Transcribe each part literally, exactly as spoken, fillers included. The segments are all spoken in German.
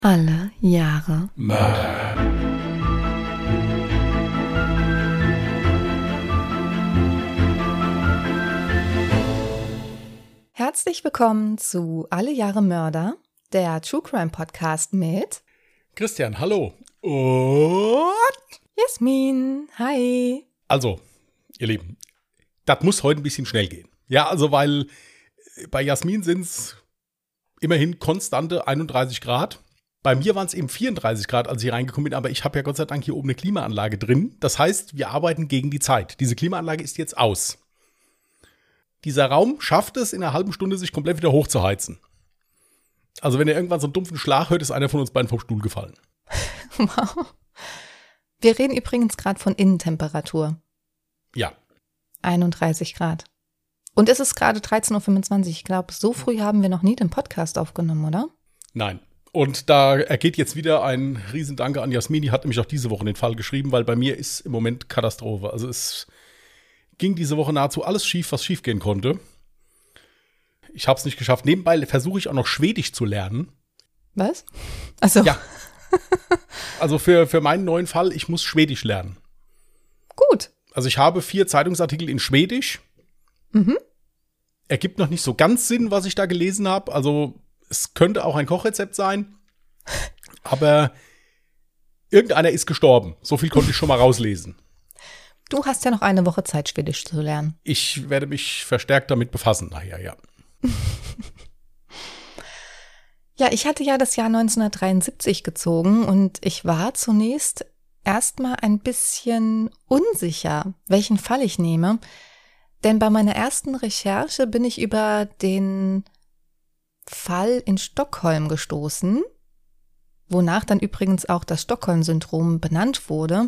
Alle Jahre Mörder. Herzlich willkommen zu Alle Jahre Mörder, der True Crime Podcast mit Christian, hallo. Und Jasmin, hi. Also, ihr Lieben, das muss heute ein bisschen schnell gehen. Ja, also weil bei Jasmin sind es immerhin konstante einunddreißig Grad. Bei mir waren es eben vierunddreißig Grad, als ich reingekommen bin, aber ich habe ja Gott sei Dank hier oben eine Klimaanlage drin. Das heißt, wir arbeiten gegen die Zeit. Diese Klimaanlage ist jetzt aus. Dieser Raum schafft es, in einer halben Stunde sich komplett wieder hochzuheizen. Also wenn ihr irgendwann so einen dumpfen Schlag hört, ist einer von uns beiden vom Stuhl gefallen. Wow. Wir reden übrigens gerade von Innentemperatur. Ja. einunddreißig Grad. Und es ist gerade dreizehn Uhr fünfundzwanzig. Ich glaube, so früh haben wir noch nie den Podcast aufgenommen, oder? Nein. Und da ergeht jetzt wieder ein Riesendanke an Jasmin. Die hat nämlich auch diese Woche den Fall geschrieben, weil bei mir ist im Moment Katastrophe. Also es ging diese Woche nahezu alles schief, was schief gehen konnte. Ich habe es nicht geschafft. Nebenbei versuche ich auch noch Schwedisch zu lernen. Was? Also ja. Also für, für meinen neuen Fall, ich muss Schwedisch lernen. Gut. Also ich habe vier Zeitungsartikel in Schwedisch. Mhm. Ergibt noch nicht so ganz Sinn, was ich da gelesen habe. Also es könnte auch ein Kochrezept sein. Aber irgendeiner ist gestorben. So viel konnte ich schon mal rauslesen. Du hast ja noch eine Woche Zeit, Schwedisch zu lernen. Ich werde mich verstärkt damit befassen nachher, ja. Ja, ich hatte ja das Jahr neunzehnhundertdreiundsiebzig gezogen und ich war zunächst erstmal ein bisschen unsicher, welchen Fall ich nehme. Denn bei meiner ersten Recherche bin ich über den Fall in Stockholm gestoßen, wonach dann übrigens auch das Stockholm-Syndrom benannt wurde.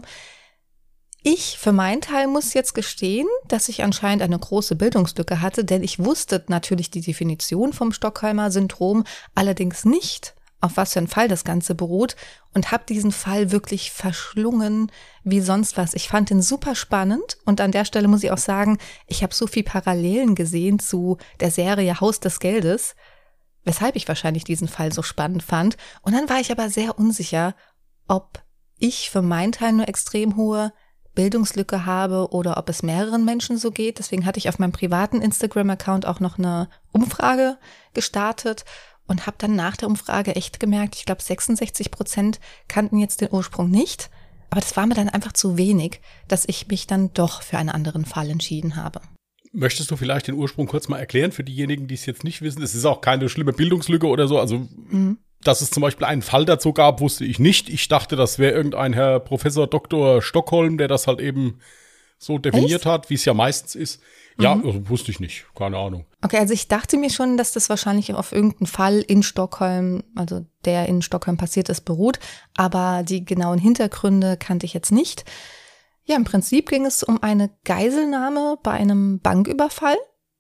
Ich für meinen Teil muss jetzt gestehen, dass ich anscheinend eine große Bildungslücke hatte, denn ich wusste natürlich die Definition vom Stockholmer Syndrom, allerdings nicht, auf was für einen Fall das Ganze beruht, und habe diesen Fall wirklich verschlungen wie sonst was. Ich fand ihn super spannend und an der Stelle muss ich auch sagen, ich habe so viel Parallelen gesehen zu der Serie Haus des Geldes, weshalb ich wahrscheinlich diesen Fall so spannend fand. Und dann war ich aber sehr unsicher, ob ich für meinen Teil nur extrem hohe Bildungslücke habe oder ob es mehreren Menschen so geht. Deswegen hatte ich auf meinem privaten Instagram-Account auch noch eine Umfrage gestartet und habe dann nach der Umfrage echt gemerkt, ich glaube sechsundsechzig Prozent kannten jetzt den Ursprung nicht. Aber das war mir dann einfach zu wenig, dass ich mich dann doch für einen anderen Fall entschieden habe. Möchtest du vielleicht den Ursprung kurz mal erklären für diejenigen, die es jetzt nicht wissen? Es ist auch keine schlimme Bildungslücke oder so. Also, mhm. Dass es zum Beispiel einen Fall dazu gab, wusste ich nicht. Ich dachte, das wäre irgendein Herr Professor Doktor Stockholm, der das halt eben so definiert Echt? hat, wie es ja meistens ist. Ja, mhm. also, wusste ich nicht. Keine Ahnung. Okay, also ich dachte mir schon, dass das wahrscheinlich auf irgendeinen Fall in Stockholm, also der in Stockholm passiert ist, beruht. Aber die genauen Hintergründe kannte ich jetzt nicht. Ja, im Prinzip ging es um eine Geiselnahme bei einem Banküberfall,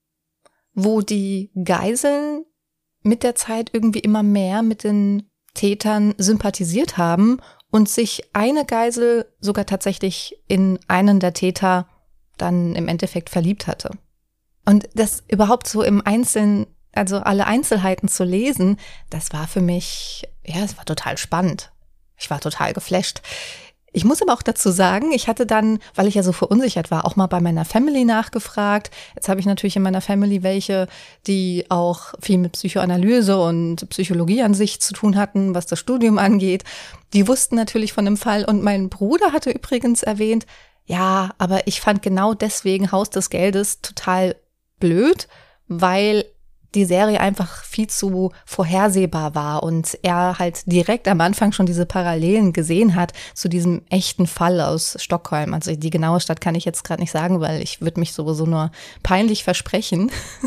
wo die Geiseln mit der Zeit irgendwie immer mehr mit den Tätern sympathisiert haben und sich eine Geisel sogar tatsächlich in einen der Täter dann im Endeffekt verliebt hatte. Und das überhaupt so im Einzelnen, also alle Einzelheiten zu lesen, das war für mich, ja, es war total spannend. Ich war total geflasht. Ich muss aber auch dazu sagen, ich hatte dann, weil ich ja so verunsichert war, auch mal bei meiner Family nachgefragt. Jetzt habe ich natürlich in meiner Family welche, die auch viel mit Psychoanalyse und Psychologie an sich zu tun hatten, was das Studium angeht. Die wussten natürlich von dem Fall. Und mein Bruder hatte übrigens erwähnt, ja, aber ich fand genau deswegen Haus des Geldes total blöd, weil die Serie einfach viel zu vorhersehbar war und er halt direkt am Anfang schon diese Parallelen gesehen hat zu diesem echten Fall aus Stockholm. Also die genaue Stadt kann ich jetzt gerade nicht sagen, weil ich würde mich sowieso nur peinlich versprechen.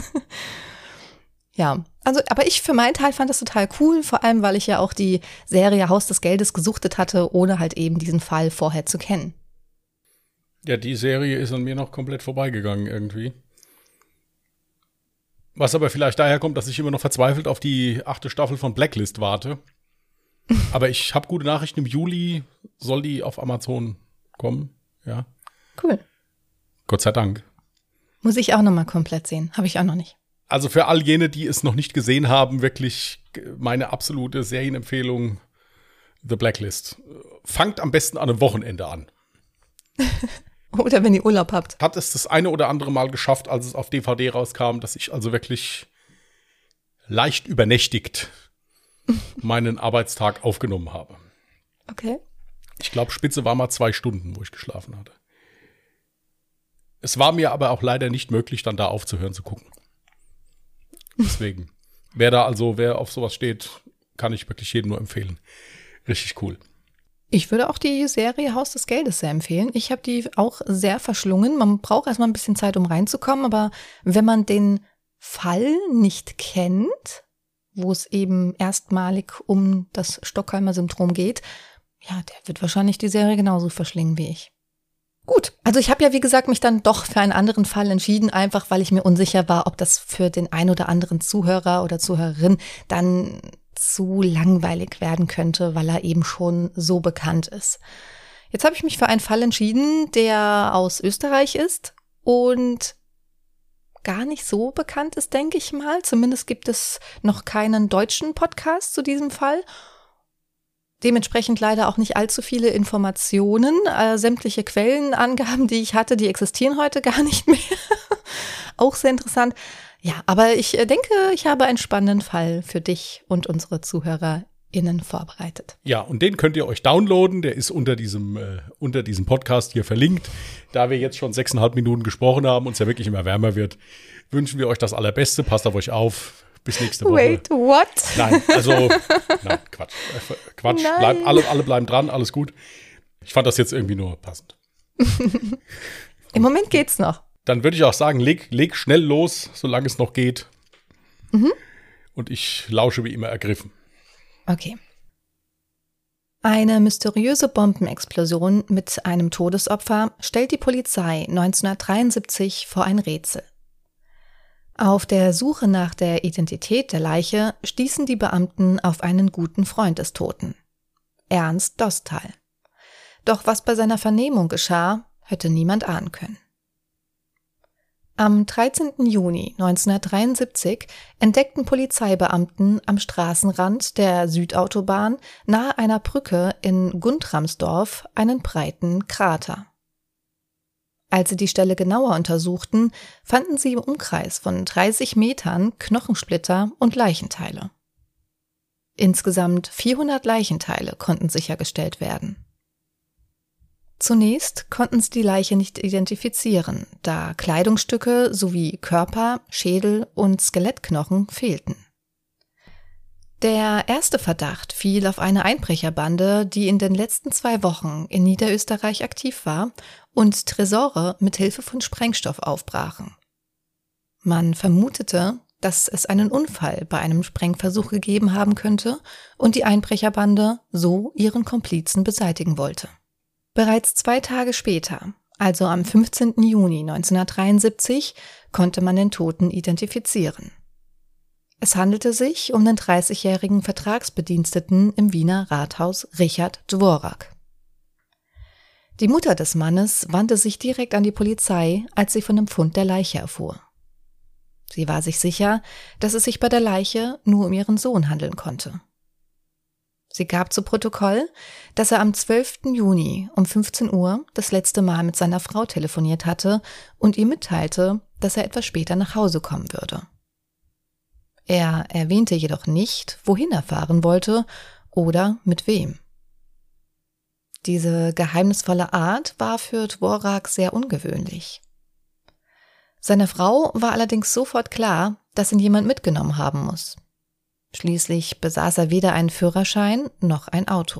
Ja, also aber ich für meinen Teil fand das total cool, vor allem weil ich ja auch die Serie Haus des Geldes gesuchtet hatte, ohne halt eben diesen Fall vorher zu kennen. Ja, die Serie ist an mir noch komplett vorbeigegangen irgendwie. Was aber vielleicht daher kommt, dass ich immer noch verzweifelt auf die achte Staffel von Blacklist warte. Aber ich habe gute Nachrichten. Im Juli soll die auf Amazon kommen. Ja. Cool. Gott sei Dank. Muss ich auch noch mal komplett sehen. Habe ich auch noch nicht. Also für all jene, die es noch nicht gesehen haben, wirklich meine absolute Serienempfehlung. The Blacklist. Fangt am besten an einem Wochenende an. Oder wenn ihr Urlaub habt. Hat es das eine oder andere Mal geschafft, als es auf D V D rauskam, dass ich also wirklich leicht übernächtigt meinen Arbeitstag aufgenommen habe. Okay. Ich glaube, Spitze war mal zwei Stunden, wo ich geschlafen hatte. Es war mir aber auch leider nicht möglich, dann da aufzuhören zu gucken. Deswegen, wer da also, wer auf sowas steht, kann ich wirklich jedem nur empfehlen. Richtig cool. Ich würde auch die Serie Haus des Geldes sehr empfehlen. Ich habe die auch sehr verschlungen. Man braucht erstmal ein bisschen Zeit, um reinzukommen, aber wenn man den Fall nicht kennt, wo es eben erstmalig um das Stockholmer Syndrom geht, ja, der wird wahrscheinlich die Serie genauso verschlingen wie ich. Gut, also ich habe ja wie gesagt mich dann doch für einen anderen Fall entschieden, einfach weil ich mir unsicher war, ob das für den ein oder anderen Zuhörer oder Zuhörerin dann zu langweilig werden könnte, weil er eben schon so bekannt ist. Jetzt habe ich mich für einen Fall entschieden, der aus Österreich ist und gar nicht so bekannt ist, denke ich mal. Zumindest gibt es noch keinen deutschen Podcast zu diesem Fall. Dementsprechend leider auch nicht allzu viele Informationen. Äh, sämtliche Quellenangaben, die ich hatte, die existieren heute gar nicht mehr. Auch sehr interessant. Ja, aber ich denke, ich habe einen spannenden Fall für dich und unsere ZuhörerInnen vorbereitet. Ja, und den könnt ihr euch downloaden. Der ist unter diesem, äh, unter diesem Podcast hier verlinkt. Da wir jetzt schon sechseinhalb Minuten gesprochen haben und es ja wirklich immer wärmer wird, wünschen wir euch das Allerbeste. Passt auf euch auf. Bis nächste Woche. Wait, what? Nein, also, nein, Quatsch. Quatsch, Nein. Bleib, alle, alle bleiben dran, alles gut. Ich fand das jetzt irgendwie nur passend. Im Moment geht's noch. Dann würde ich auch sagen, leg, leg schnell los, solange es noch geht. Mhm. Und ich lausche wie immer ergriffen. Okay. Eine mysteriöse Bombenexplosion mit einem Todesopfer stellt die Polizei neunzehnhundertdreiundsiebzig vor ein Rätsel. Auf der Suche nach der Identität der Leiche stießen die Beamten auf einen guten Freund des Toten, Ernst Dostal. Doch was bei seiner Vernehmung geschah, hätte niemand ahnen können. Am dreizehnten Juni neunzehnhundertdreiundsiebzig entdeckten Polizeibeamten am Straßenrand der Südautobahn nahe einer Brücke in Guntramsdorf einen breiten Krater. Als sie die Stelle genauer untersuchten, fanden sie im Umkreis von dreißig Metern Knochensplitter und Leichenteile. Insgesamt vierhundert Leichenteile konnten sichergestellt werden. Zunächst konnten sie die Leiche nicht identifizieren, da Kleidungsstücke sowie Körper, Schädel und Skelettknochen fehlten. Der erste Verdacht fiel auf eine Einbrecherbande, die in den letzten zwei Wochen in Niederösterreich aktiv war und Tresore mit Hilfe von Sprengstoff aufbrachen. Man vermutete, dass es einen Unfall bei einem Sprengversuch gegeben haben könnte und die Einbrecherbande so ihren Komplizen beseitigen wollte. Bereits zwei Tage später, also am fünfzehnten Juni neunzehnhundertdreiundsiebzig, konnte man den Toten identifizieren. Es handelte sich um den dreißigjährigen Vertragsbediensteten im Wiener Rathaus Richard Dvorak. Die Mutter des Mannes wandte sich direkt an die Polizei, als sie von dem Fund der Leiche erfuhr. Sie war sich sicher, dass es sich bei der Leiche nur um ihren Sohn handeln konnte. Sie gab zu Protokoll, dass er am zwölften Juni um fünfzehn Uhr das letzte Mal mit seiner Frau telefoniert hatte und ihr mitteilte, dass er etwas später nach Hause kommen würde. Er erwähnte jedoch nicht, wohin er fahren wollte oder mit wem. Diese geheimnisvolle Art war für Dvorak sehr ungewöhnlich. Seiner Frau war allerdings sofort klar, dass ihn jemand mitgenommen haben muss. Schließlich besaß er weder einen Führerschein noch ein Auto.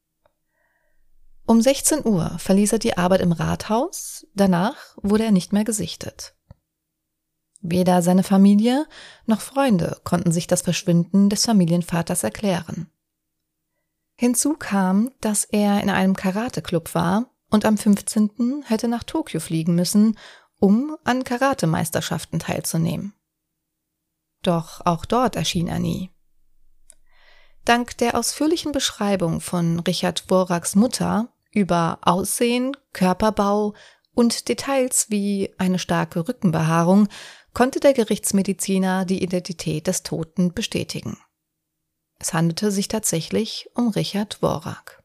Um sechzehn Uhr verließ er die Arbeit im Rathaus, danach wurde er nicht mehr gesichtet. Weder seine Familie noch Freunde konnten sich das Verschwinden des Familienvaters erklären. Hinzu kam, dass er in einem Karate-Club war und am fünfzehnten hätte nach Tokio fliegen müssen, um an Karatemeisterschaften teilzunehmen. Doch auch dort erschien er nie. Dank der ausführlichen Beschreibung von Richard Dvoraks Mutter über Aussehen, Körperbau und Details wie eine starke Rückenbehaarung konnte der Gerichtsmediziner die Identität des Toten bestätigen. Es handelte sich tatsächlich um Richard Dvorak.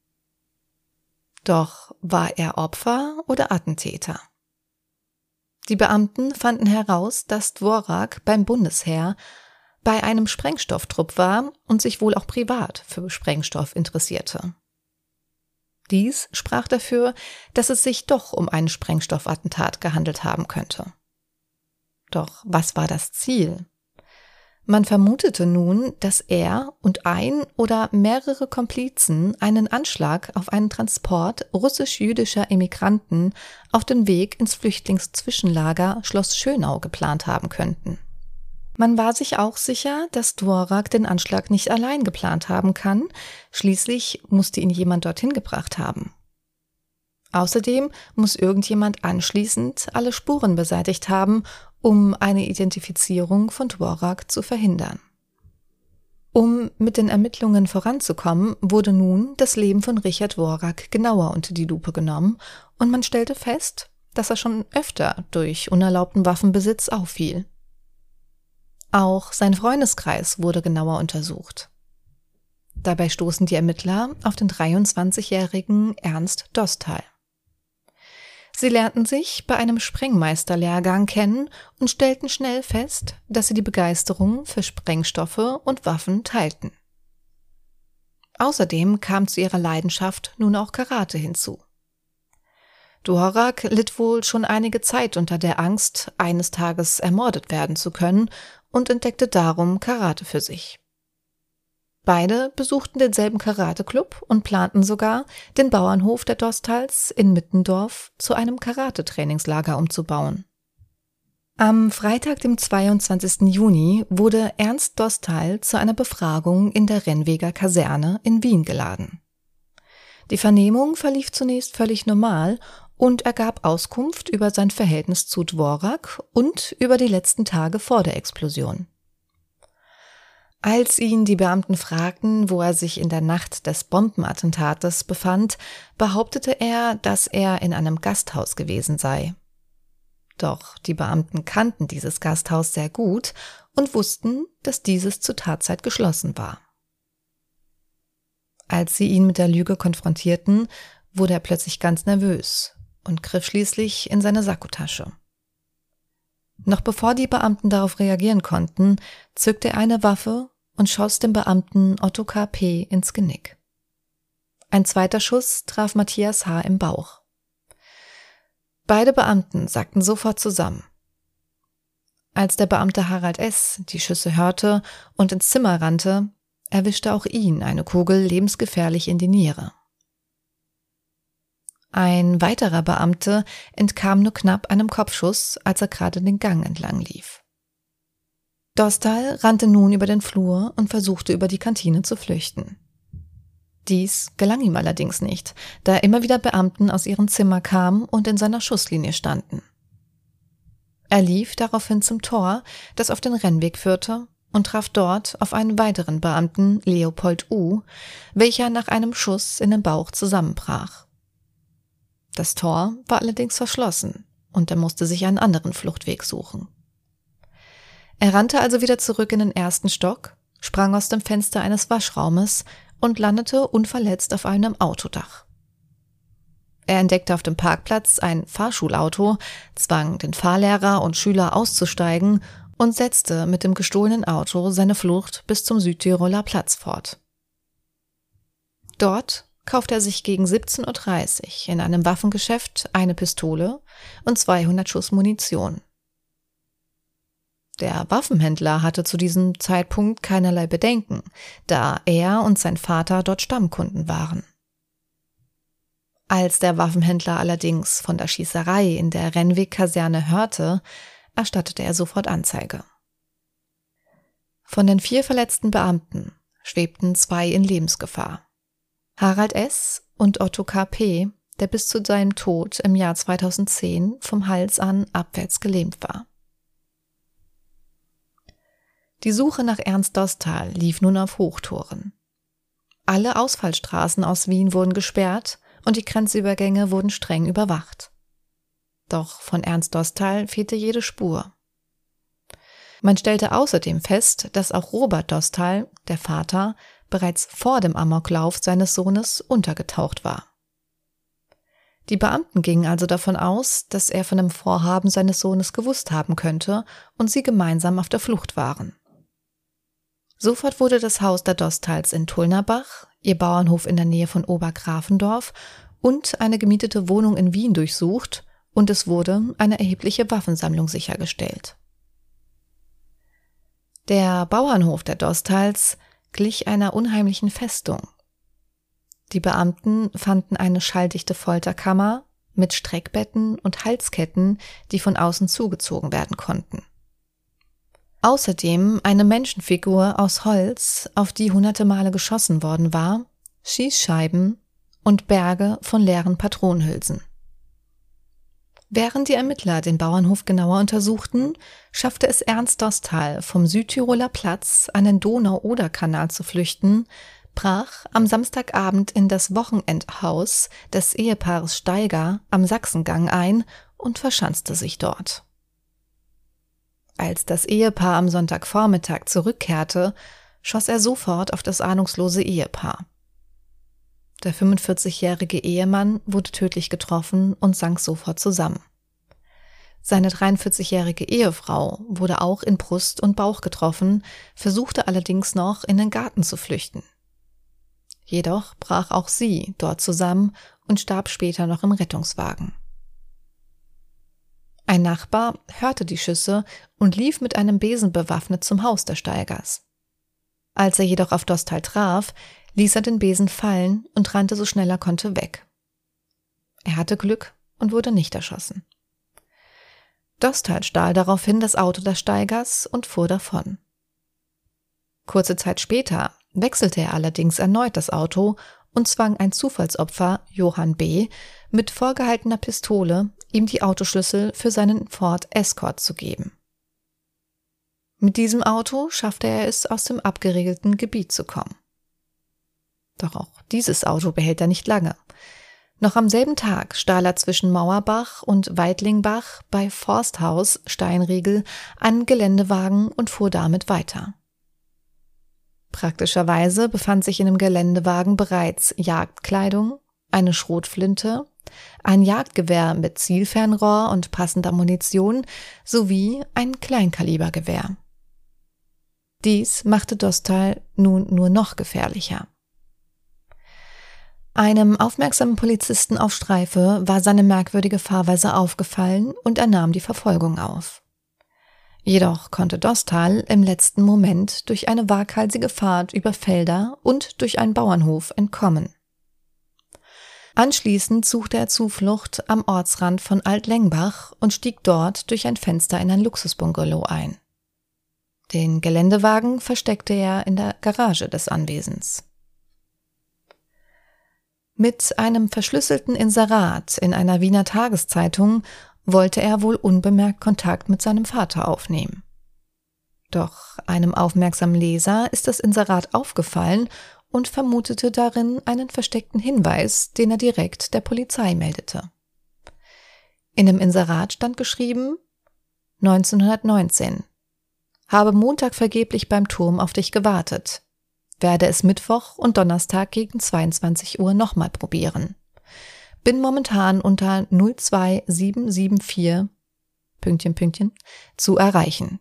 Doch war er Opfer oder Attentäter? Die Beamten fanden heraus, dass Dvorak beim Bundesheer bei einem Sprengstofftrupp war und sich wohl auch privat für Sprengstoff interessierte. Dies sprach dafür, dass es sich doch um ein Sprengstoffattentat gehandelt haben könnte. Doch was war das Ziel? Man vermutete nun, dass er und ein oder mehrere Komplizen einen Anschlag auf einen Transport russisch-jüdischer Emigranten auf den Weg ins Flüchtlingszwischenlager Schloss Schönau geplant haben könnten. Man war sich auch sicher, dass Dvorak den Anschlag nicht allein geplant haben kann, schließlich musste ihn jemand dorthin gebracht haben. Außerdem muss irgendjemand anschließend alle Spuren beseitigt haben, um eine Identifizierung von Dvorak zu verhindern. Um mit den Ermittlungen voranzukommen, wurde nun das Leben von Richard Dvorak genauer unter die Lupe genommen und man stellte fest, dass er schon öfter durch unerlaubten Waffenbesitz auffiel. Auch sein Freundeskreis wurde genauer untersucht. Dabei stoßen die Ermittler auf den dreiundzwanzigjährigen Ernst Dostal. Sie lernten sich bei einem Sprengmeisterlehrgang kennen und stellten schnell fest, dass sie die Begeisterung für Sprengstoffe und Waffen teilten. Außerdem kam zu ihrer Leidenschaft nun auch Karate hinzu. Dvorak litt wohl schon einige Zeit unter der Angst, eines Tages ermordet werden zu können und entdeckte darum Karate für sich. Beide besuchten denselben Karate-Club und planten sogar, den Bauernhof der Dostals in Mittendorf zu einem Karate-Trainingslager umzubauen. Am Freitag, dem zweiundzwanzigsten Juni, wurde Ernst Dostal zu einer Befragung in der Rennweger Kaserne in Wien geladen. Die Vernehmung verlief zunächst völlig normal und er gab Auskunft über sein Verhältnis zu Dvorak und über die letzten Tage vor der Explosion. Als ihn die Beamten fragten, wo er sich in der Nacht des Bombenattentates befand, behauptete er, dass er in einem Gasthaus gewesen sei. Doch die Beamten kannten dieses Gasthaus sehr gut und wussten, dass dieses zur Tatzeit geschlossen war. Als sie ihn mit der Lüge konfrontierten, wurde er plötzlich ganz nervös und griff schließlich in seine Sakkotasche. Noch bevor die Beamten darauf reagieren konnten, zückte er eine Waffe und schoss dem Beamten Otto K P ins Genick. Ein zweiter Schuss traf Matthias H. im Bauch. Beide Beamten sackten sofort zusammen. Als der Beamte Harald S. die Schüsse hörte und ins Zimmer rannte, erwischte auch ihn eine Kugel lebensgefährlich in die Niere. Ein weiterer Beamte entkam nur knapp einem Kopfschuss, als er gerade den Gang entlang lief. Dostal rannte nun über den Flur und versuchte über die Kantine zu flüchten. Dies gelang ihm allerdings nicht, da immer wieder Beamten aus ihrem Zimmer kamen und in seiner Schusslinie standen. Er lief daraufhin zum Tor, das auf den Rennweg führte, und traf dort auf einen weiteren Beamten, Leopold U., welcher nach einem Schuss in den Bauch zusammenbrach. Das Tor war allerdings verschlossen und er musste sich einen anderen Fluchtweg suchen. Er rannte also wieder zurück in den ersten Stock, sprang aus dem Fenster eines Waschraumes und landete unverletzt auf einem Autodach. Er entdeckte auf dem Parkplatz ein Fahrschulauto, zwang den Fahrlehrer und Schüler auszusteigen und setzte mit dem gestohlenen Auto seine Flucht bis zum Südtiroler Platz fort. Dort kaufte er sich gegen siebzehn Uhr dreißig in einem Waffengeschäft eine Pistole und zweihundert Schuss Munition. Der Waffenhändler hatte zu diesem Zeitpunkt keinerlei Bedenken, da er und sein Vater dort Stammkunden waren. Als der Waffenhändler allerdings von der Schießerei in der Rennweg-Kaserne hörte, erstattete er sofort Anzeige. Von den vier verletzten Beamten schwebten zwei in Lebensgefahr. Harald S. und Otto K P., der bis zu seinem Tod im Jahr zweitausendzehn vom Hals an abwärts gelähmt war. Die Suche nach Ernst Dostal lief nun auf Hochtouren. Alle Ausfallstraßen aus Wien wurden gesperrt und die Grenzübergänge wurden streng überwacht. Doch von Ernst Dostal fehlte jede Spur. Man stellte außerdem fest, dass auch Robert Dostal, der Vater, bereits vor dem Amoklauf seines Sohnes untergetaucht war. Die Beamten gingen also davon aus, dass er von dem Vorhaben seines Sohnes gewusst haben könnte und sie gemeinsam auf der Flucht waren. Sofort wurde das Haus der Dostals in Tulnerbach, ihr Bauernhof in der Nähe von Obergrafendorf und eine gemietete Wohnung in Wien durchsucht und es wurde eine erhebliche Waffensammlung sichergestellt. Der Bauernhof der Dostals glich einer unheimlichen Festung. Die Beamten fanden eine schalldichte Folterkammer mit Streckbetten und Halsketten, die von außen zugezogen werden konnten. Außerdem eine Menschenfigur aus Holz, auf die hunderte Male geschossen worden war, Schießscheiben und Berge von leeren Patronenhülsen. Während die Ermittler den Bauernhof genauer untersuchten, schaffte es Ernst Dostal vom Südtiroler Platz an den Donau-Oder-Kanal zu flüchten, brach am Samstagabend in das Wochenendhaus des Ehepaares Steiger am Sachsengang ein und verschanzte sich dort. Als das Ehepaar am Sonntagvormittag zurückkehrte, schoss er sofort auf das ahnungslose Ehepaar. Der fünfundvierzigjährige Ehemann wurde tödlich getroffen und sank sofort zusammen. Seine dreiundvierzigjährige Ehefrau wurde auch in Brust und Bauch getroffen, versuchte allerdings noch in den Garten zu flüchten. Jedoch brach auch sie dort zusammen und starb später noch im Rettungswagen. Ein Nachbar hörte die Schüsse und lief mit einem Besen bewaffnet zum Haus der Steigers. Als er jedoch auf Dostal traf, ließ er den Besen fallen und rannte so schnell er konnte weg. Er hatte Glück und wurde nicht erschossen. Dostal stahl daraufhin das Auto der Steigers und fuhr davon. Kurze Zeit später wechselte er allerdings erneut das Auto und zwang ein Zufallsopfer, Johann B., mit vorgehaltener Pistole ihm die Autoschlüssel für seinen Ford Escort zu geben. Mit diesem Auto schaffte er es, aus dem abgeriegelten Gebiet zu kommen. Doch auch dieses Auto behält er nicht lange. Noch am selben Tag stahl er zwischen Mauerbach und Weidlingbach bei Forsthaus Steinriegel einen Geländewagen und fuhr damit weiter. Praktischerweise befand sich in dem Geländewagen bereits Jagdkleidung, eine Schrotflinte, ein Jagdgewehr mit Zielfernrohr und passender Munition sowie ein Kleinkalibergewehr. Dies machte Dostal nun nur noch gefährlicher. Einem aufmerksamen Polizisten auf Streife war seine merkwürdige Fahrweise aufgefallen und er nahm die Verfolgung auf. Jedoch konnte Dostal im letzten Moment durch eine waghalsige Fahrt über Felder und durch einen Bauernhof entkommen. Anschließend suchte er Zuflucht am Ortsrand von Altlengbach und stieg dort durch ein Fenster in ein Luxusbungalow ein. Den Geländewagen versteckte er in der Garage des Anwesens. Mit einem verschlüsselten Inserat in einer Wiener Tageszeitung wollte er wohl unbemerkt Kontakt mit seinem Vater aufnehmen. Doch einem aufmerksamen Leser ist das Inserat aufgefallen und vermutete darin einen versteckten Hinweis, den er direkt der Polizei meldete. In dem Inserat stand geschrieben: neunzehnhundertneunzehn. Habe Montag vergeblich beim Turm auf dich gewartet. Werde es Mittwoch und Donnerstag gegen zweiundzwanzig Uhr nochmal probieren. Bin momentan unter null zwei sieben sieben vier Pünktchen, Pünktchen, zu erreichen.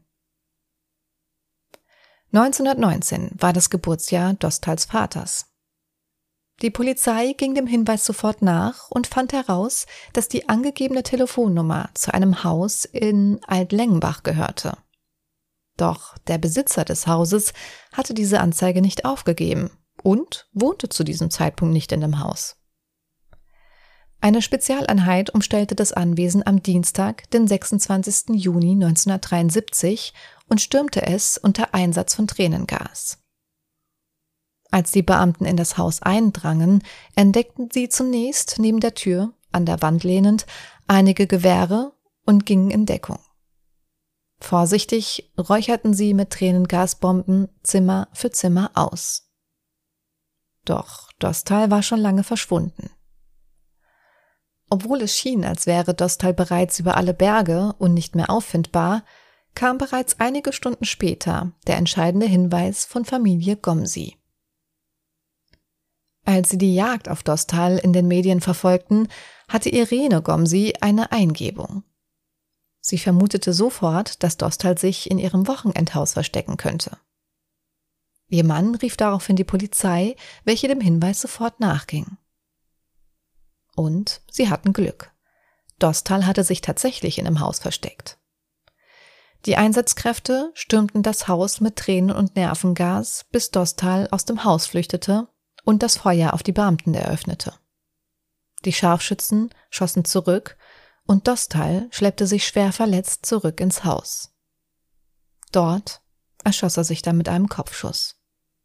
neunzehnhundertneunzehn war das Geburtsjahr Dostals Vaters. Die Polizei ging dem Hinweis sofort nach und fand heraus, dass die angegebene Telefonnummer zu einem Haus in Altlengbach gehörte. Doch der Besitzer des Hauses hatte diese Anzeige nicht aufgegeben und wohnte zu diesem Zeitpunkt nicht in dem Haus. Eine Spezialeinheit umstellte das Anwesen am Dienstag, den sechsundzwanzigsten Juni neunzehnhundertdreiundsiebzig, und stürmte es unter Einsatz von Tränengas. Als die Beamten in das Haus eindrangen, entdeckten sie zunächst neben der Tür, an der Wand lehnend, einige Gewehre und gingen in Deckung. Vorsichtig räucherten sie mit Tränengasbomben Zimmer für Zimmer aus. Doch Dostal war schon lange verschwunden. Obwohl es schien, als wäre Dostal bereits über alle Berge und nicht mehr auffindbar, kam bereits einige Stunden später der entscheidende Hinweis von Familie Gomsi. Als sie die Jagd auf Dostal in den Medien verfolgten, hatte Irene Gomsi eine Eingebung. Sie vermutete sofort, dass Dostal sich in ihrem Wochenendhaus verstecken könnte. Ihr Mann rief daraufhin die Polizei, welche dem Hinweis sofort nachging. Und sie hatten Glück. Dostal hatte sich tatsächlich in einem Haus versteckt. Die Einsatzkräfte stürmten das Haus mit Tränen und Nervengas, bis Dostal aus dem Haus flüchtete und das Feuer auf die Beamten eröffnete. Die Scharfschützen schossen zurück und Dostal schleppte sich schwer verletzt zurück ins Haus. Dort erschoss er sich dann mit einem Kopfschuss.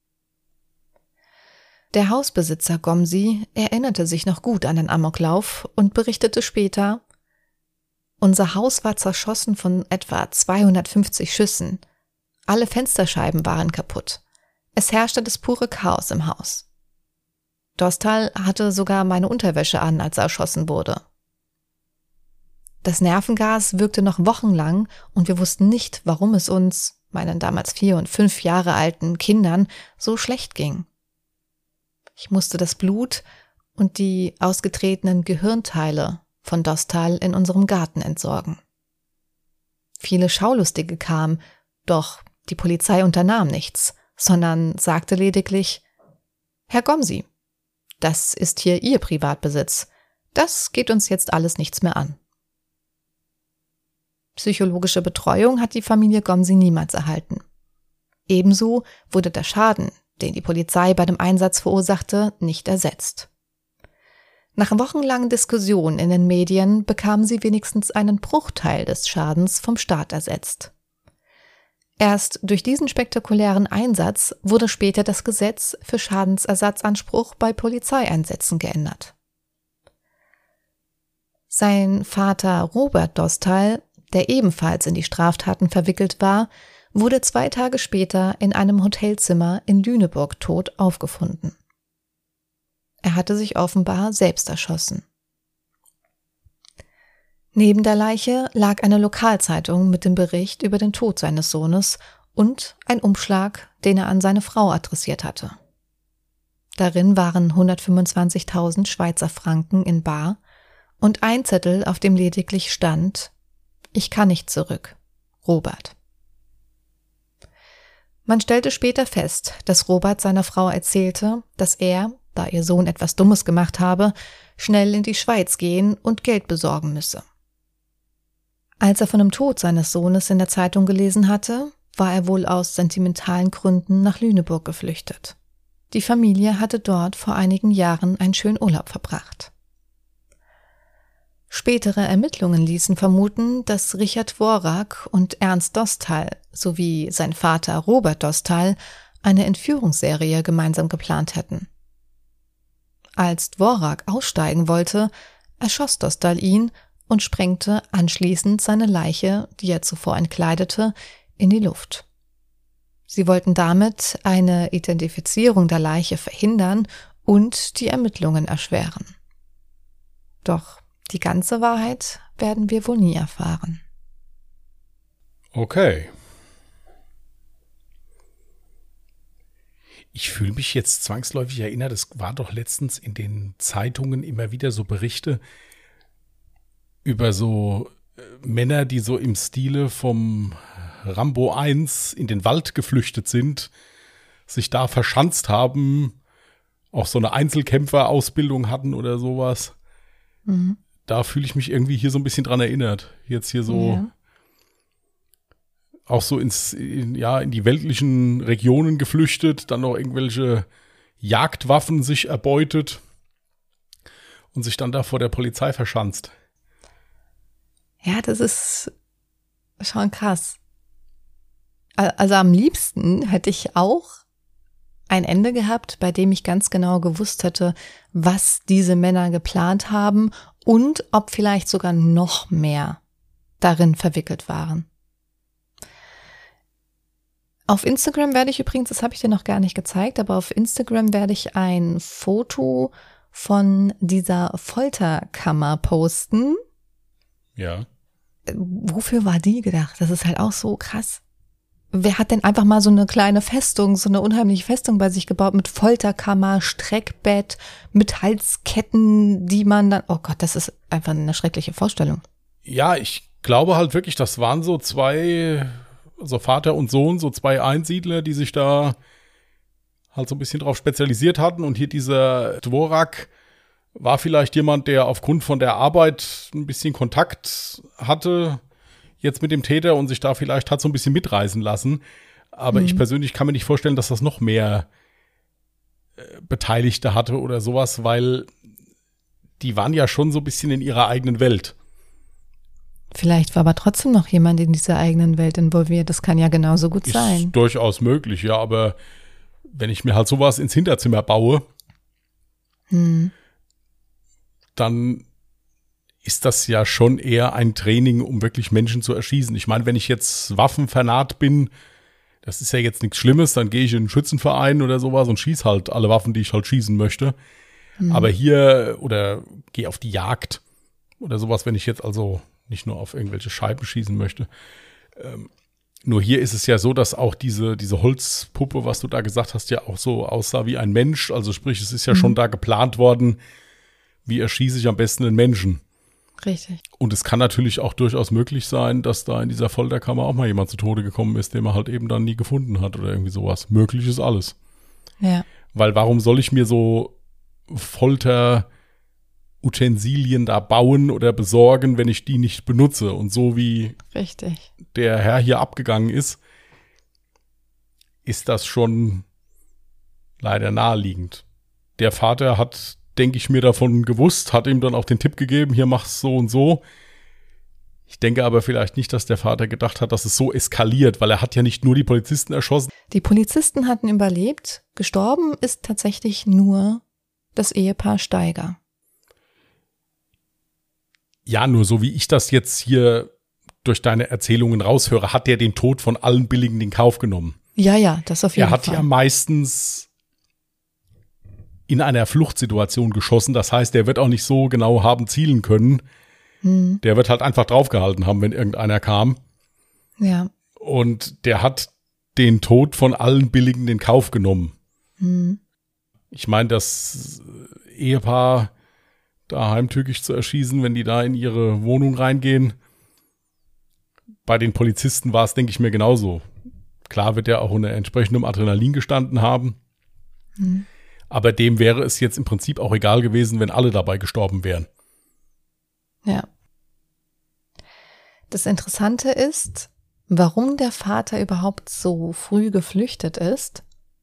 Der Hausbesitzer Gomsi erinnerte sich noch gut an den Amoklauf und berichtete später: Unser Haus war zerschossen von etwa zweihundertfünfzig Schüssen. Alle Fensterscheiben waren kaputt. Es herrschte das pure Chaos im Haus. Dostal hatte sogar meine Unterwäsche an, als er erschossen wurde. Das Nervengas wirkte noch wochenlang und wir wussten nicht, warum es uns, meinen damals vier und fünf Jahre alten Kindern, so schlecht ging. Ich musste das Blut und die ausgetretenen Gehirnteile von Dostal in unserem Garten entsorgen. Viele Schaulustige kamen, doch die Polizei unternahm nichts, sondern sagte lediglich: Herr Gomsi, das ist hier Ihr Privatbesitz. Das geht uns jetzt alles nichts mehr an. Psychologische Betreuung hat die Familie Gomsi niemals erhalten. Ebenso wurde der Schaden, den die Polizei bei dem Einsatz verursachte, nicht ersetzt. Nach wochenlangen Diskussionen in den Medien bekamen sie wenigstens einen Bruchteil des Schadens vom Staat ersetzt. Erst durch diesen spektakulären Einsatz wurde später das Gesetz für Schadensersatzanspruch bei Polizeieinsätzen geändert. Sein Vater Robert Dostal, der ebenfalls in die Straftaten verwickelt war, wurde zwei Tage später in einem Hotelzimmer in Lüneburg tot aufgefunden. Er hatte sich offenbar selbst erschossen. Neben der Leiche lag eine Lokalzeitung mit dem Bericht über den Tod seines Sohnes und ein Umschlag, den er an seine Frau adressiert hatte. Darin waren hundertfünfundzwanzigtausend Schweizer Franken in bar und ein Zettel, auf dem lediglich stand: Ich kann nicht zurück, Robert. Man stellte später fest, dass Robert seiner Frau erzählte, dass er, da ihr Sohn etwas Dummes gemacht habe, schnell in die Schweiz gehen und Geld besorgen müsse. Als er von dem Tod seines Sohnes in der Zeitung gelesen hatte, war er wohl aus sentimentalen Gründen nach Lüneburg geflüchtet. Die Familie hatte dort vor einigen Jahren einen schönen Urlaub verbracht. Spätere Ermittlungen ließen vermuten, dass Richard Dvorak und Ernst Dostal sowie sein Vater Robert Dostal eine Entführungsserie gemeinsam geplant hätten. Als Dvorak aussteigen wollte, erschoss Dostal ihn und sprengte anschließend seine Leiche, die er zuvor entkleidete, in die Luft. Sie wollten damit eine Identifizierung der Leiche verhindern und die Ermittlungen erschweren. Doch die ganze Wahrheit werden wir wohl nie erfahren. Okay. Ich fühle mich jetzt zwangsläufig erinnert, es war doch letztens in den Zeitungen immer wieder so Berichte über so Männer, die so im Stile vom Rambo eins in den Wald geflüchtet sind, sich da verschanzt haben, auch so eine Einzelkämpferausbildung hatten oder sowas. Mhm. Da fühle ich mich irgendwie hier so ein bisschen dran erinnert. Jetzt hier so ja. auch so ins, in, ja, in die weltlichen Regionen geflüchtet, dann noch irgendwelche Jagdwaffen sich erbeutet und sich dann da vor der Polizei verschanzt. Ja, das ist schon krass. Also am liebsten hätte ich auch ein Ende gehabt, bei dem ich ganz genau gewusst hätte, was diese Männer geplant haben und ob vielleicht sogar noch mehr darin verwickelt waren. Auf Instagram werde ich übrigens, das habe ich dir noch gar nicht gezeigt, aber auf Instagram werde ich ein Foto von dieser Folterkammer posten. Ja. wofür war die gedacht? Das ist halt auch so krass. Wer hat denn einfach mal so eine kleine Festung, so eine unheimliche Festung bei sich gebaut mit Folterkammer, Streckbett, mit Halsketten, die man dann, oh Gott, das ist einfach eine schreckliche Vorstellung. Ja, ich glaube halt wirklich, das waren so zwei, also Vater und Sohn, so zwei Einsiedler, die sich da halt so ein bisschen drauf spezialisiert hatten. Und hier dieser Dvorak war vielleicht jemand, der aufgrund von der Arbeit ein bisschen Kontakt hatte jetzt mit dem Täter und sich da vielleicht hat so ein bisschen mitreißen lassen. Aber mhm. ich persönlich kann mir nicht vorstellen, dass das noch mehr äh, Beteiligte hatte oder sowas, weil die waren ja schon so ein bisschen in ihrer eigenen Welt. Vielleicht war aber trotzdem noch jemand in dieser eigenen Welt involviert. Das kann ja genauso gut ist sein. Ist durchaus möglich, ja. Aber wenn ich mir halt sowas ins Hinterzimmer baue, hm. dann ist das ja schon eher ein Training, um wirklich Menschen zu erschießen. Ich meine, wenn ich jetzt waffenfanat bin, das ist ja jetzt nichts Schlimmes, dann gehe ich in einen Schützenverein oder sowas und schieße halt alle Waffen, die ich halt schießen möchte. Mhm. Aber hier, oder gehe auf die Jagd oder sowas, wenn ich jetzt also nicht nur auf irgendwelche Scheiben schießen möchte. Ähm, nur hier ist es ja so, dass auch diese, diese Holzpuppe, was du da gesagt hast, ja auch so aussah wie ein Mensch. Also sprich, es ist ja mhm. schon da geplant worden, wie erschieße ich am besten einen Menschen. Richtig. Und es kann natürlich auch durchaus möglich sein, dass da in dieser Folterkammer auch mal jemand zu Tode gekommen ist, den man halt eben dann nie gefunden hat oder irgendwie sowas. Möglich ist alles. Ja. Weil warum soll ich mir so Folterutensilien da bauen oder besorgen, wenn ich die nicht benutze? Und so wie Richtig. der Herr hier abgegangen ist, ist das schon leider naheliegend. Der Vater hat, denke ich, mir davon gewusst, hat ihm dann auch den Tipp gegeben, hier mach's so und so. Ich denke aber vielleicht nicht, dass der Vater gedacht hat, dass es so eskaliert, weil er hat ja nicht nur die Polizisten erschossen. Die Polizisten hatten überlebt. Gestorben ist tatsächlich nur das Ehepaar Steiger. Ja, nur so wie ich das jetzt hier durch deine Erzählungen raushöre, hat er den Tod von allen Billigen in Kauf genommen. Ja, ja, das auf jeden Fall. Er hat Fall. ja meistens in einer Fluchtsituation geschossen. Das heißt, der wird auch nicht so genau haben zielen können. Hm. Der wird halt einfach draufgehalten haben, wenn irgendeiner kam. Ja. Und der hat den Tod von allen Billigen in Kauf genommen. Hm. Ich meine, das Ehepaar da heimtückisch zu erschießen, wenn die da in ihre Wohnung reingehen. Bei den Polizisten war es, denke ich mir, genauso. Klar wird er auch unter entsprechendem Adrenalin gestanden haben. Hm. Aber dem wäre es jetzt im Prinzip auch egal gewesen, wenn alle dabei gestorben wären. Ja. Das Interessante ist, warum der Vater überhaupt so früh geflüchtet ist.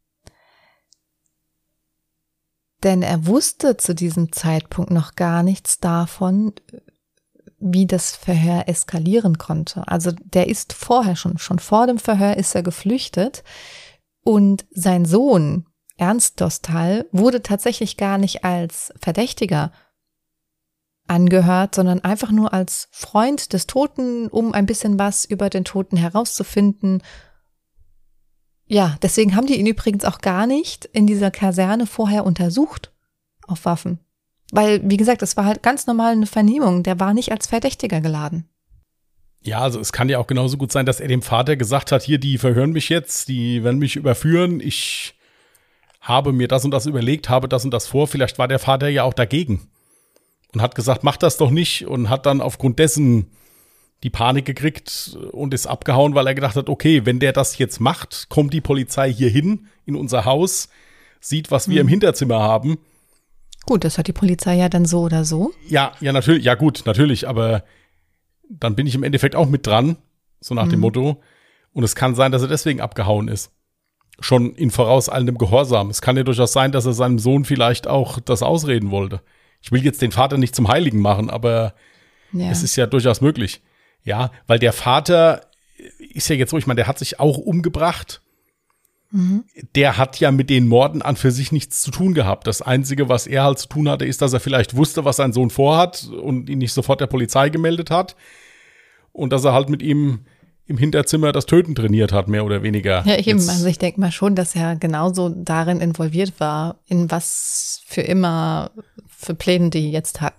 Denn er wusste zu diesem Zeitpunkt noch gar nichts davon, wie das Verhör eskalieren konnte. Also der ist vorher schon, schon vor dem Verhör ist er geflüchtet und sein Sohn Ernst Dostal wurde tatsächlich gar nicht als Verdächtiger angehört, sondern einfach nur als Freund des Toten, um ein bisschen was über den Toten herauszufinden. Ja, deswegen haben die ihn übrigens auch gar nicht in dieser Kaserne vorher untersucht auf Waffen. Weil, wie gesagt, es war halt ganz normal eine Vernehmung. Der war nicht als Verdächtiger geladen. Ja, also es kann ja auch genauso gut sein, dass er dem Vater gesagt hat, hier, die verhören mich jetzt, die werden mich überführen, ich habe mir das und das überlegt, habe das und das vor. Vielleicht war der Vater ja auch dagegen und hat gesagt, mach das doch nicht und hat dann aufgrund dessen die Panik gekriegt und ist abgehauen, weil er gedacht hat, okay, wenn der das jetzt macht, kommt die Polizei hier hin in unser Haus, sieht, was wir mhm. im Hinterzimmer haben. Gut, das hat die Polizei ja dann so oder so. Ja, ja, natürlich, ja gut, natürlich, aber dann bin ich im Endeffekt auch mit dran, so nach mhm. dem Motto. Und es kann sein, dass er deswegen abgehauen ist. Schon in vorauseilendem Gehorsam. Es kann ja durchaus sein, dass er seinem Sohn vielleicht auch das ausreden wollte. Ich will jetzt den Vater nicht zum Heiligen machen, aber ja. Es ist ja durchaus möglich. Ja, weil der Vater ist ja jetzt so, ich meine, der hat sich auch umgebracht. Mhm. Der hat ja mit den Morden an für sich nichts zu tun gehabt. Das Einzige, was er halt zu tun hatte, ist, dass er vielleicht wusste, was sein Sohn vorhat und ihn nicht sofort der Polizei gemeldet hat. Und dass er halt mit ihm im Hinterzimmer das Töten trainiert hat, mehr oder weniger. Ja, eben. Jetzt. Also ich denke mal schon, dass er genauso darin involviert war, in was für immer für Pläne die jetzt hatten.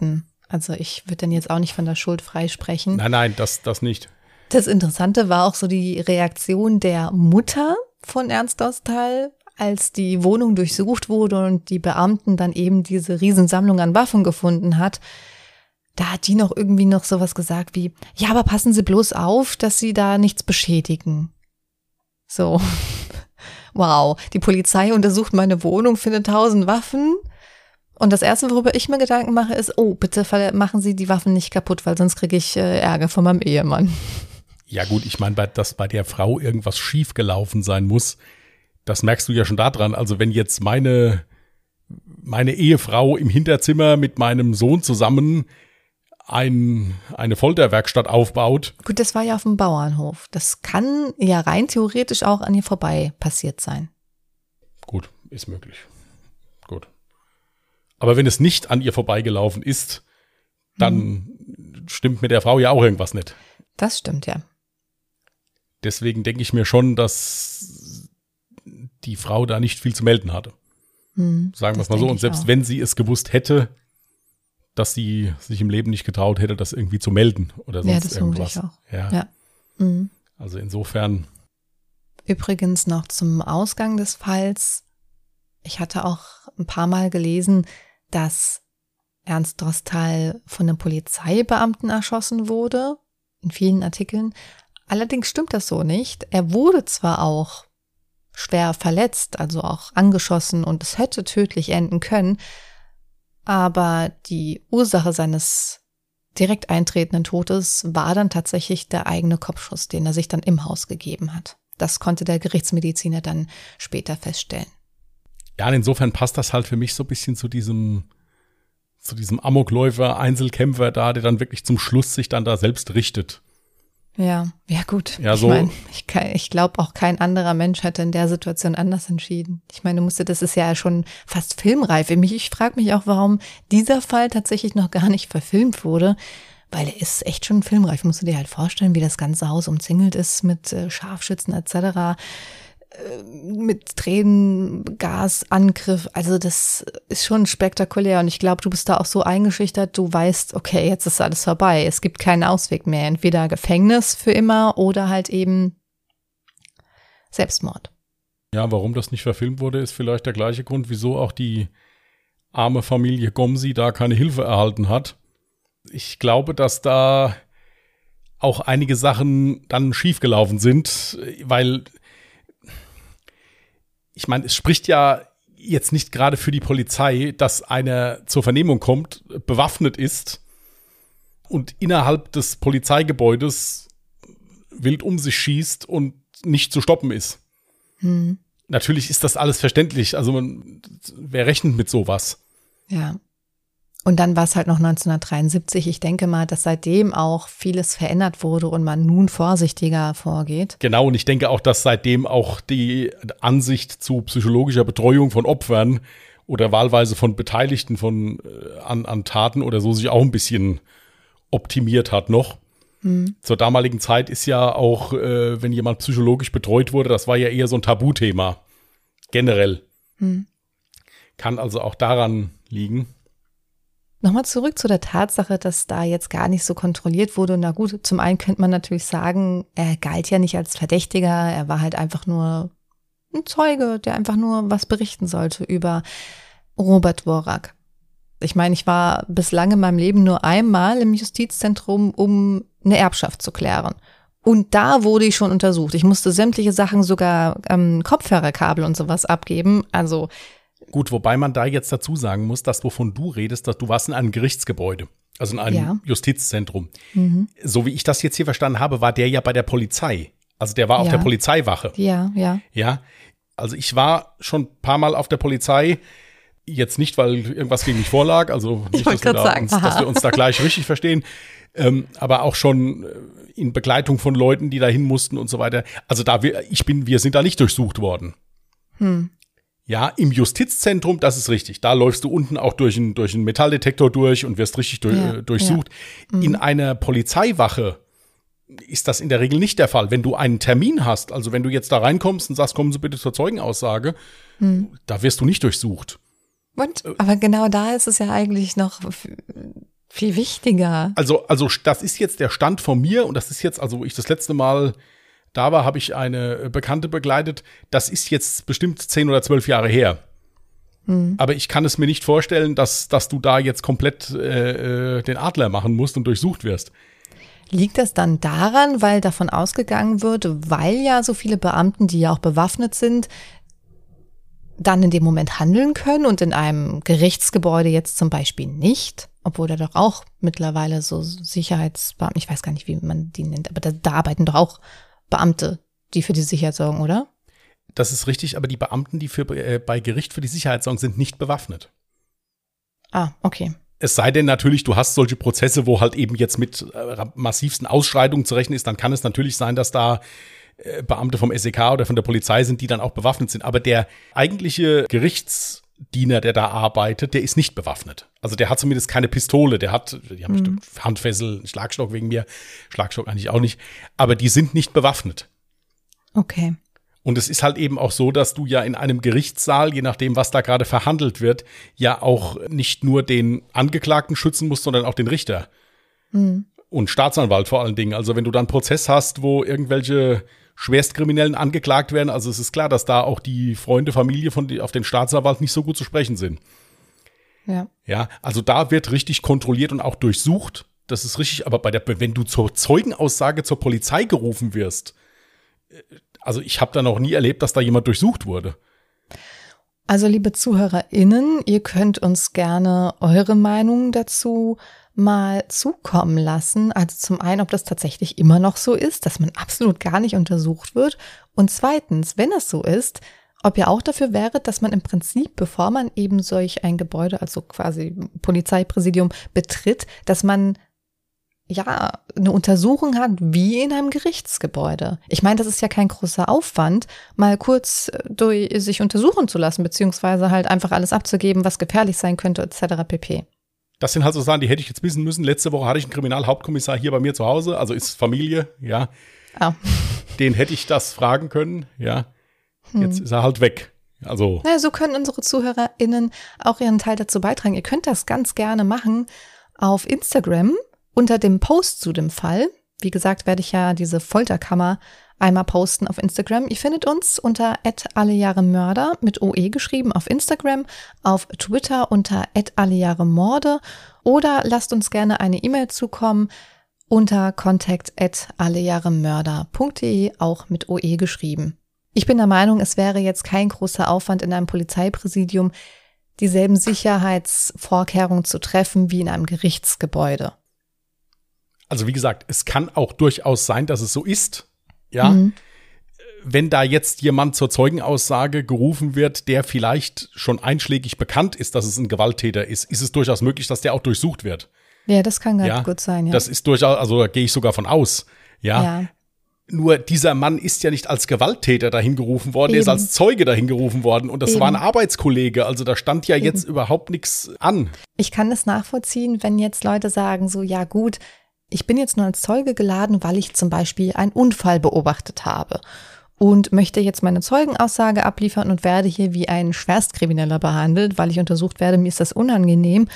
Also ich würde dann jetzt auch nicht von der Schuld freisprechen. Nein, nein, das, das nicht. Das Interessante war auch so die Reaktion der Mutter von Ernst Dostal, als die Wohnung durchsucht wurde und die Beamten dann eben diese Riesensammlung an Waffen gefunden hat. Da hat die noch irgendwie noch sowas gesagt wie, ja, aber passen Sie bloß auf, dass Sie da nichts beschädigen. So, wow, die Polizei untersucht meine Wohnung, findet tausend Waffen. Und das Erste, worüber ich mir Gedanken mache, ist, oh, bitte machen Sie die Waffen nicht kaputt, weil sonst kriege ich äh, Ärger von meinem Ehemann. Ja gut, ich meine, dass bei der Frau irgendwas schiefgelaufen sein muss, das merkst du ja schon daran. Also wenn jetzt meine, meine Ehefrau im Hinterzimmer mit meinem Sohn zusammen ein, eine Folterwerkstatt aufbaut. Gut, das war ja auf dem Bauernhof. Das kann ja rein theoretisch auch an ihr vorbei passiert sein. Gut, ist möglich. Gut. Aber wenn es nicht an ihr vorbeigelaufen ist, dann hm. stimmt mit der Frau ja auch irgendwas nicht. Das stimmt, ja. Deswegen denke ich mir schon, dass die Frau da nicht viel zu melden hatte. Hm, Sagen wir es mal so. Und selbst auch. Wenn sie es gewusst hätte, dass sie sich im Leben nicht getraut hätte, das irgendwie zu melden oder sonst ja, das irgendwas. Ich auch. Ja. Ja. Mhm. Also insofern. Übrigens noch zum Ausgang des Falls. Ich hatte auch ein paar Mal gelesen, dass Ernst Dostal von einem Polizeibeamten erschossen wurde, in vielen Artikeln. Allerdings stimmt das so nicht. Er wurde zwar auch schwer verletzt, also auch angeschossen und es hätte tödlich enden können, aber die Ursache seines direkt eintretenden Todes war dann tatsächlich der eigene Kopfschuss, den er sich dann im Haus gegeben hat. Das konnte der Gerichtsmediziner dann später feststellen. Ja, insofern passt das halt für mich so ein bisschen zu diesem, zu diesem Amokläufer, Einzelkämpfer da, der dann wirklich zum Schluss sich dann da selbst richtet. Ja, ja gut. Ja, ich so. meine, ich, ich glaube auch kein anderer Mensch hätte in der Situation anders entschieden. Ich meine, du musste, das ist ja schon fast filmreif. Ich, ich frage mich auch, warum dieser Fall tatsächlich noch gar nicht verfilmt wurde, weil er ist echt schon filmreif. Musst du dir halt vorstellen, wie das ganze Haus umzingelt ist mit äh, Scharfschützen et cetera, äh, mit Tränengasangriff. Also das ist schon spektakulär und ich glaube, du bist da auch so eingeschüchtert, du weißt, okay, jetzt ist alles vorbei. Es gibt keinen Ausweg mehr. Entweder Gefängnis für immer oder halt eben Selbstmord. Ja, warum das nicht verfilmt wurde, ist vielleicht der gleiche Grund, wieso auch die arme Familie Gomsi da keine Hilfe erhalten hat. Ich glaube, dass da auch einige Sachen dann schiefgelaufen sind, weil ich meine, es spricht ja jetzt nicht gerade für die Polizei, dass einer zur Vernehmung kommt, bewaffnet ist und innerhalb des Polizeigebäudes wild um sich schießt und nicht zu stoppen ist. Hm. Natürlich ist das alles verständlich. Also man, wer rechnet mit sowas? Ja. Und dann war es halt noch neunzehnhundertdreiundsiebzig. Ich denke mal, dass seitdem auch vieles verändert wurde und man nun vorsichtiger vorgeht. Genau, und ich denke auch, dass seitdem auch die Ansicht zu psychologischer Betreuung von Opfern oder wahlweise von Beteiligten von, äh, an, an Taten oder so sich auch ein bisschen optimiert hat noch. Hm. Zur damaligen Zeit ist ja auch, äh, wenn jemand psychologisch betreut wurde, das war ja eher so ein Tabuthema. Generell. Hm. Kann also auch daran liegen. Nochmal zurück zu der Tatsache, dass da jetzt gar nicht so kontrolliert wurde. Na gut, zum einen könnte man natürlich sagen, er galt ja nicht als Verdächtiger, er war halt einfach nur ein Zeuge, der einfach nur was berichten sollte über Robert Dvorak. Ich meine, ich war bislang in meinem Leben nur einmal im Justizzentrum, um eine Erbschaft zu klären. Und da wurde ich schon untersucht. Ich musste sämtliche Sachen, sogar ähm, Kopfhörerkabel und sowas abgeben. Also gut, wobei man da jetzt dazu sagen muss, dass wovon du redest, dass du warst in einem Gerichtsgebäude, also in einem ja. Justizzentrum. Mhm. So wie ich das jetzt hier verstanden habe, war der ja bei der Polizei. Also der war auf ja. der Polizeiwache. Ja, ja. Ja, also ich war schon ein paar Mal auf der Polizei, jetzt nicht, weil irgendwas gegen mich vorlag, also nicht, dass wir, da uns, dass wir uns da gleich richtig verstehen, ähm, aber auch schon in Begleitung von Leuten, die da hin mussten und so weiter. Also da wir, ich bin, wir sind da nicht durchsucht worden. Hm. Ja, im Justizzentrum, das ist richtig. Da läufst du unten auch durch einen durch einen Metalldetektor durch und wirst richtig durch, ja, äh, durchsucht. Ja. Mhm. In einer Polizeiwache ist das in der Regel nicht der Fall. Wenn du einen Termin hast, also wenn du jetzt da reinkommst und sagst, kommen Sie bitte zur Zeugenaussage, mhm. da wirst du nicht durchsucht. Und? Aber genau da ist es ja eigentlich noch Viel wichtiger. Also, also das ist jetzt der Stand von mir und das ist jetzt, also wo ich das letzte Mal da war, habe ich eine Bekannte begleitet. Das ist jetzt bestimmt zehn oder zwölf Jahre her. Hm. Aber ich kann es mir nicht vorstellen, dass, dass du da jetzt komplett äh, den Adler machen musst und durchsucht wirst. Liegt das dann daran, weil davon ausgegangen wird, weil ja so viele Beamten, die ja auch bewaffnet sind, dann in dem Moment handeln können und in einem Gerichtsgebäude jetzt zum Beispiel nicht? Obwohl da doch auch mittlerweile so Sicherheitsbeamten, ich weiß gar nicht, wie man die nennt, aber da, da arbeiten doch auch Beamte, die für die Sicherheit sorgen, oder? Das ist richtig, aber die Beamten, die für, äh, bei Gericht für die Sicherheit sorgen, sind nicht bewaffnet. Ah, okay. Es sei denn natürlich, du hast solche Prozesse, wo halt eben jetzt mit äh, massivsten Ausschreitungen zu rechnen ist, dann kann es natürlich sein, dass da äh, Beamte vom S E K oder von der Polizei sind, die dann auch bewaffnet sind. Aber der eigentliche Gerichtsdiener, der da arbeitet, der ist nicht bewaffnet. Also der hat zumindest keine Pistole, der hat, die haben bestimmt mhm. Handfessel, Schlagstock wegen mir, Schlagstock eigentlich auch nicht, aber die sind nicht bewaffnet. Okay. Und es ist halt eben auch so, dass du ja in einem Gerichtssaal, je nachdem, was da gerade verhandelt wird, ja auch nicht nur den Angeklagten schützen musst, sondern auch den Richter. Mhm. Und Staatsanwalt vor allen Dingen. Also wenn du dann einen Prozess hast, wo irgendwelche Schwerstkriminellen angeklagt werden, also es ist klar, dass da auch die Freunde, Familie von die, auf den Staatsanwalt nicht so gut zu sprechen sind. Ja. Ja, also da wird richtig kontrolliert und auch durchsucht. Das ist richtig, aber bei der, wenn du zur Zeugenaussage zur Polizei gerufen wirst, also ich habe da noch nie erlebt, dass da jemand durchsucht wurde. Also liebe ZuhörerInnen, ihr könnt uns gerne eure Meinung dazu mal zukommen lassen. Also zum einen, ob das tatsächlich immer noch so ist, dass man absolut gar nicht untersucht wird. Und zweitens, wenn es so ist, ob ihr auch dafür wäret, dass man im Prinzip, bevor man eben solch ein Gebäude, also quasi Polizeipräsidium betritt, dass man ja eine Untersuchung hat, wie in einem Gerichtsgebäude. Ich meine, das ist ja kein großer Aufwand, mal kurz durch sich untersuchen zu lassen, beziehungsweise halt einfach alles abzugeben, was gefährlich sein könnte, et cetera pp. Das sind halt so Sachen, die hätte ich jetzt wissen müssen. Letzte Woche hatte ich einen Kriminalhauptkommissar hier bei mir zu Hause, also ist Familie, ja. Oh. Den hätte ich das fragen können, ja. Jetzt hm. ist er halt weg. Also. Naja, so können unsere ZuhörerInnen auch ihren Teil dazu beitragen. Ihr könnt das ganz gerne machen auf Instagram unter dem Post zu dem Fall. Wie gesagt, werde ich ja diese Folterkammer einmal posten auf Instagram. Ihr findet uns unter at allejahremörder mit O E geschrieben auf Instagram, auf Twitter unter at allejahremorde oder lasst uns gerne eine E-Mail zukommen unter contact at allejahremörder punkt de, auch mit O E geschrieben. Ich bin der Meinung, es wäre jetzt kein großer Aufwand in einem Polizeipräsidium, dieselben Sicherheitsvorkehrungen zu treffen wie in einem Gerichtsgebäude. Also wie gesagt, es kann auch durchaus sein, dass es so ist, ja. Mhm. Wenn da jetzt jemand zur Zeugenaussage gerufen wird, der vielleicht schon einschlägig bekannt ist, dass es ein Gewalttäter ist, ist es durchaus möglich, dass der auch durchsucht wird. Ja, das kann ganz ja, gut sein, ja. Das ist durchaus, also da gehe ich sogar von aus, ja. ja. Nur dieser Mann ist ja nicht als Gewalttäter dahin gerufen worden, Eben. Er ist als Zeuge dahin gerufen worden und das Eben. war ein Arbeitskollege, also da stand ja Eben. jetzt überhaupt nichts an. Ich kann das nachvollziehen, wenn jetzt Leute sagen so, ja gut, ich bin jetzt nur als Zeuge geladen, weil ich zum Beispiel einen Unfall beobachtet habe und möchte jetzt meine Zeugenaussage abliefern und werde hier wie ein Schwerstkrimineller behandelt, weil ich untersucht werde, mir ist das unangenehm.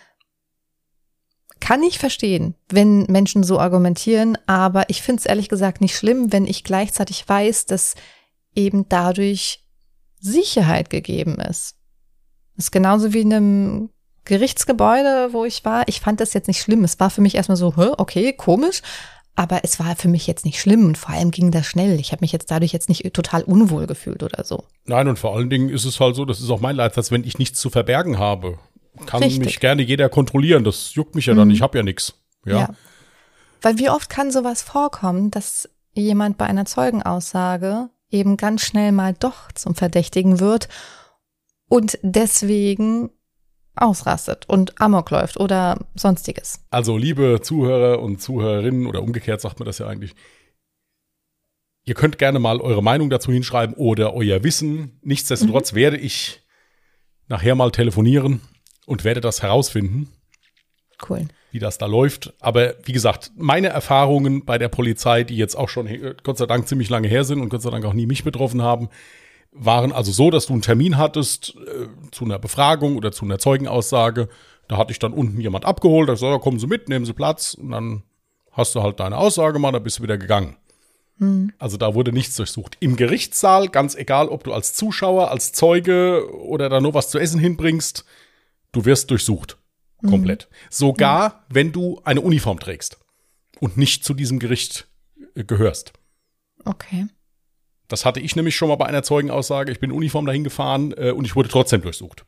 Kann ich verstehen, wenn Menschen so argumentieren, aber ich finde es ehrlich gesagt nicht schlimm, wenn ich gleichzeitig weiß, dass eben dadurch Sicherheit gegeben ist. Das ist genauso wie in einem Gerichtsgebäude, wo ich war. Ich fand das jetzt nicht schlimm. Es war für mich erstmal so, okay, komisch, aber es war für mich jetzt nicht schlimm und vor allem ging das schnell. Ich habe mich jetzt dadurch jetzt nicht total unwohl gefühlt oder so. Nein, und vor allen Dingen ist es halt so, das ist auch mein Leitsatz, wenn ich nichts zu verbergen habe, kann Richtig. mich gerne jeder kontrollieren. Das juckt mich ja dann, mhm. ich habe ja nichts. Ja. ja. Weil wie oft kann sowas vorkommen, dass jemand bei einer Zeugenaussage eben ganz schnell mal doch zum Verdächtigen wird und deswegen ausrastet und Amok läuft oder sonstiges. Also liebe Zuhörer und Zuhörerinnen oder umgekehrt sagt man das ja eigentlich, ihr könnt gerne mal eure Meinung dazu hinschreiben oder euer Wissen. Nichtsdestotrotz mhm. werde ich nachher mal telefonieren und werde das herausfinden, cool. wie das da läuft. Aber wie gesagt, meine Erfahrungen bei der Polizei, die jetzt auch schon Gott sei Dank ziemlich lange her sind und Gott sei Dank auch nie mich betroffen haben, waren also so, dass du einen Termin hattest äh, zu einer Befragung oder zu einer Zeugenaussage. Da hatte ich dann unten jemand abgeholt, da gesagt, kommen Sie mit, nehmen Sie Platz und dann hast du halt deine Aussage gemacht, dann bist du wieder gegangen. Hm. Also da wurde nichts durchsucht. Im Gerichtssaal, ganz egal, ob du als Zuschauer, als Zeuge oder da nur was zu essen hinbringst, du wirst durchsucht. Hm. Komplett. Sogar, hm. wenn du eine Uniform trägst und nicht zu diesem Gericht äh, gehörst. Okay. Das hatte ich nämlich schon mal bei einer Zeugenaussage. Ich bin in Uniform dahin gefahren äh, und ich wurde trotzdem durchsucht.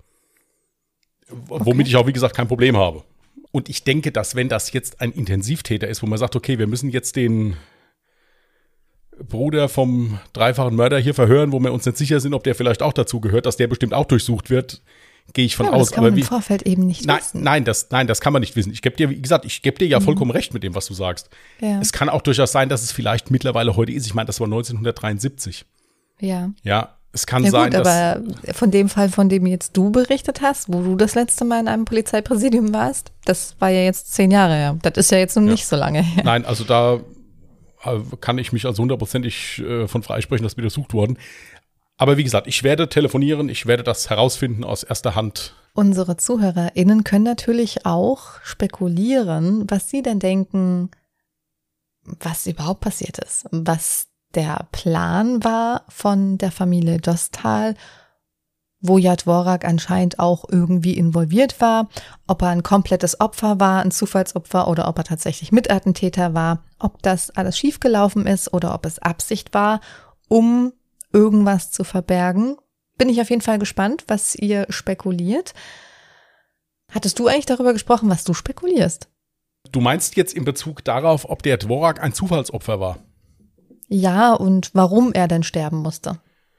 Okay. Womit ich auch, wie gesagt, kein Problem habe. Und ich denke, dass wenn das jetzt ein Intensivtäter ist, wo man sagt, okay, wir müssen jetzt den Bruder vom dreifachen Mörder hier verhören, wo wir uns nicht sicher sind, ob der vielleicht auch dazu gehört, dass der bestimmt auch durchsucht wird, gehe ich von ja, aus. Das kann aber man wie, im Vorfeld eben nicht nein, wissen. Nein das, nein, das kann man nicht wissen. Ich gebe dir, wie gesagt, ich gebe dir ja mhm. vollkommen recht mit dem, was du sagst. Ja. Es kann auch durchaus sein, dass es vielleicht mittlerweile heute ist. Ich meine, das war neunzehnhundertdreiundsiebzig. Ja. Ja, es kann ja, sein, gut, dass. Aber von dem Fall, von dem jetzt du berichtet hast, wo du das letzte Mal in einem Polizeipräsidium warst, das war ja jetzt zehn Jahre her. Das ist ja jetzt nun ja. nicht so lange her. Nein, also da kann ich mich also hundertprozentig äh, von freisprechen, dass wir durchsucht wurden. Aber wie gesagt, ich werde telefonieren, ich werde das herausfinden aus erster Hand. Unsere ZuhörerInnen können natürlich auch spekulieren, was sie denn denken, was überhaupt passiert ist, was der Plan war von der Familie Dostal, wo ja Dvorak anscheinend auch irgendwie involviert war, ob er ein komplettes Opfer war, ein Zufallsopfer oder ob er tatsächlich Mitattentäter war, ob das alles schiefgelaufen ist oder ob es Absicht war, um irgendwas zu verbergen. Bin ich auf jeden Fall gespannt, was ihr spekuliert. Hattest du eigentlich darüber gesprochen, was du spekulierst? Du meinst jetzt in Bezug darauf, ob der Dvorak ein Zufallsopfer war? Ja, und warum er denn sterben musste?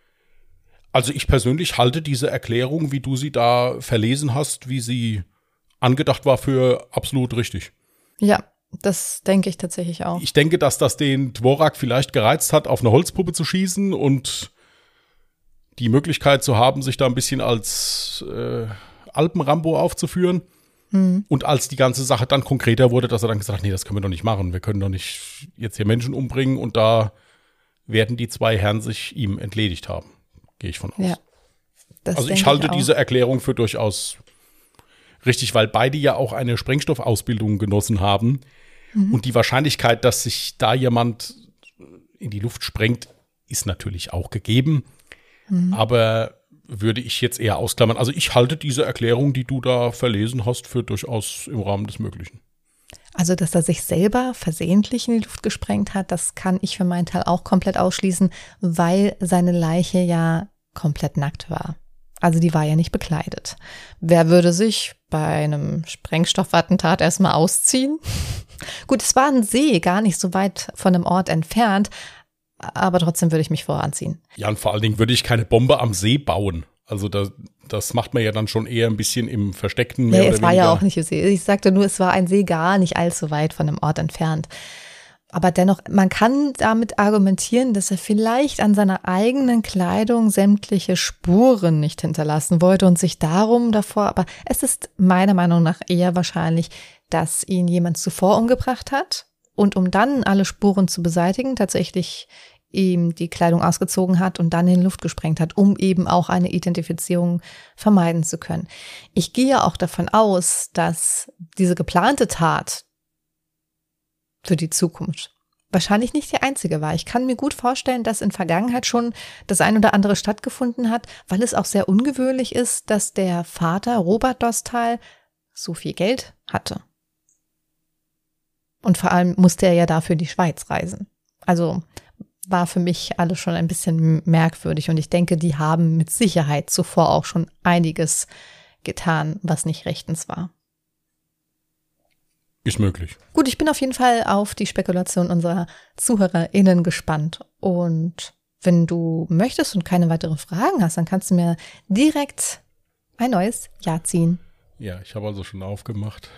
Also ich persönlich halte diese Erklärung, wie du sie da verlesen hast, wie sie angedacht war, für absolut richtig. Ja, das denke ich tatsächlich auch. Ich denke, dass das den Dvorak vielleicht gereizt hat, auf eine Holzpuppe zu schießen und die Möglichkeit zu haben, sich da ein bisschen als äh, Alpenrambo aufzuführen. Hm. Und als die ganze Sache dann konkreter wurde, dass er dann gesagt hat, nee, das können wir doch nicht machen. Wir können doch nicht jetzt hier Menschen umbringen und da werden die zwei Herren sich ihm entledigt haben. Gehe ich von aus. Ja, also ich halte ich diese Erklärung für durchaus richtig, weil beide ja auch eine Sprengstoffausbildung genossen haben. Mhm. Und die Wahrscheinlichkeit, dass sich da jemand in die Luft sprengt, ist natürlich auch gegeben. Mhm. Aber würde ich jetzt eher ausklammern. Also ich halte diese Erklärung, die du da verlesen hast, für durchaus im Rahmen des Möglichen. Also, dass er sich selber versehentlich in die Luft gesprengt hat, das kann ich für meinen Teil auch komplett ausschließen, weil seine Leiche ja komplett nackt war. Also die war ja nicht bekleidet. Wer würde sich bei einem Sprengstoffattentat erstmal ausziehen? Gut, es war ein See, gar nicht so weit von dem Ort entfernt, aber trotzdem würde ich mich voranziehen. Ja, und vor allen Dingen würde ich keine Bombe am See bauen. Also da, das macht man ja dann schon eher ein bisschen im Versteckten. Mehr nee, oder es war weniger. Ja auch nicht im See. Ich sagte nur, es war ein See gar nicht allzu weit von dem Ort entfernt. Aber dennoch, man kann damit argumentieren, dass er vielleicht an seiner eigenen Kleidung sämtliche Spuren nicht hinterlassen wollte und sich darum davor, aber es ist meiner Meinung nach eher wahrscheinlich, dass ihn jemand zuvor umgebracht hat und um dann alle Spuren zu beseitigen, tatsächlich ihm die Kleidung ausgezogen hat und dann in die Luft gesprengt hat, um eben auch eine Identifizierung vermeiden zu können. Ich gehe auch davon aus, dass diese geplante Tat für die Zukunft wahrscheinlich nicht die einzige war. Ich kann mir gut vorstellen, dass in Vergangenheit schon das ein oder andere stattgefunden hat, weil es auch sehr ungewöhnlich ist, dass der Vater Robert Dostal so viel Geld hatte. Und vor allem musste er ja dafür in die Schweiz reisen. Also war für mich alles schon ein bisschen merkwürdig und ich denke, die haben mit Sicherheit zuvor auch schon einiges getan, was nicht rechtens war. Ist möglich. Gut, ich bin auf jeden Fall auf die Spekulation unserer ZuhörerInnen gespannt. Und wenn du möchtest und keine weiteren Fragen hast, dann kannst du mir direkt ein neues Jahr ziehen. Ja, ich habe also schon aufgemacht.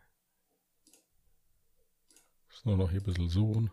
Muss nur noch hier ein bisschen suchen.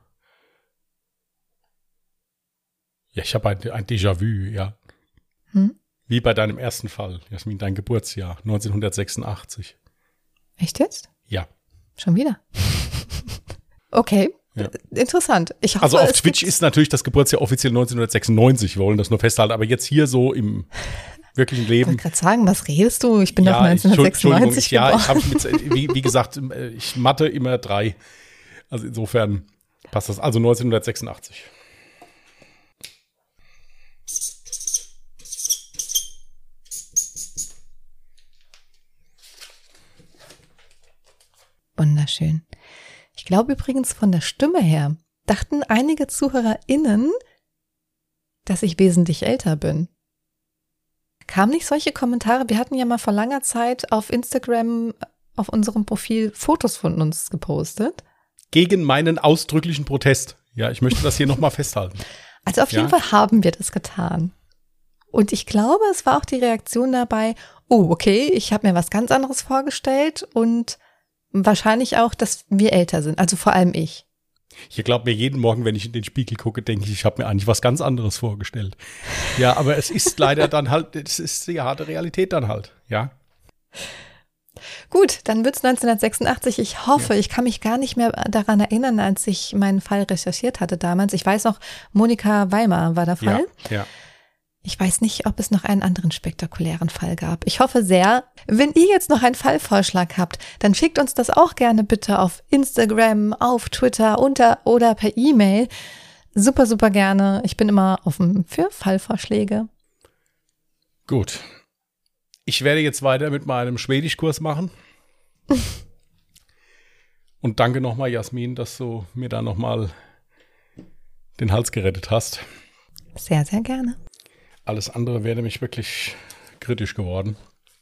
Ja, ich habe ein, ein Déjà-vu, ja. Hm? Wie bei deinem ersten Fall, Jasmin, dein Geburtsjahr, neunzehnhundertsechsundachtzig. Echt jetzt? Ja. Schon wieder? Okay, ja. Interessant. Ich hoffe, also auf Twitch ist natürlich das Geburtsjahr offiziell neunzehnhundertsechsundneunzig, wir wollen das nur festhalten, aber jetzt hier so im wirklich ein Ich Leben. wollte gerade sagen, was redest du? Ich bin Ja, doch neunzehnhundertsechsundneunzig ich, ja, geboren. ich habe mit, wie, wie gesagt, ich Mathe immer drei. Also insofern passt das. Also neunzehnhundertsechsundachtzig. Wunderschön. Ich glaube übrigens von der Stimme her dachten einige ZuhörerInnen, dass ich wesentlich älter bin. Kamen nicht solche Kommentare? Wir hatten ja mal vor langer Zeit auf Instagram auf unserem Profil Fotos von uns gepostet. Gegen meinen ausdrücklichen Protest. Ja, ich möchte das hier nochmal festhalten. Also auf jeden Ja. Fall haben wir das getan. Und ich glaube, es war auch die Reaktion dabei, oh, okay, ich habe mir was ganz anderes vorgestellt und wahrscheinlich auch, dass wir älter sind, also vor allem ich. Ich glaube mir jeden Morgen, wenn ich in den Spiegel gucke, denke ich, ich habe mir eigentlich was ganz anderes vorgestellt. Ja, aber es ist leider dann halt, es ist die harte Realität dann halt, ja. Gut, dann wird's neunzehnhundertsechsundachtzig. Ich hoffe, ja. Ich kann mich gar nicht mehr daran erinnern, als ich meinen Fall recherchiert hatte damals. Ich weiß noch, Monika Weimar war der Fall. Ja, ja. Ich weiß nicht, ob es noch einen anderen spektakulären Fall gab. Ich hoffe sehr, wenn ihr jetzt noch einen Fallvorschlag habt, dann schickt uns das auch gerne bitte auf Instagram, auf Twitter unter, oder per E-Mail. Super, super gerne. Ich bin immer offen für Fallvorschläge. Gut. Ich werde jetzt weiter mit meinem Schwedischkurs machen. Und danke nochmal, Jasmin, dass du mir da nochmal den Hals gerettet hast. Sehr, sehr gerne. Alles andere wäre nämlich wirklich kritisch geworden.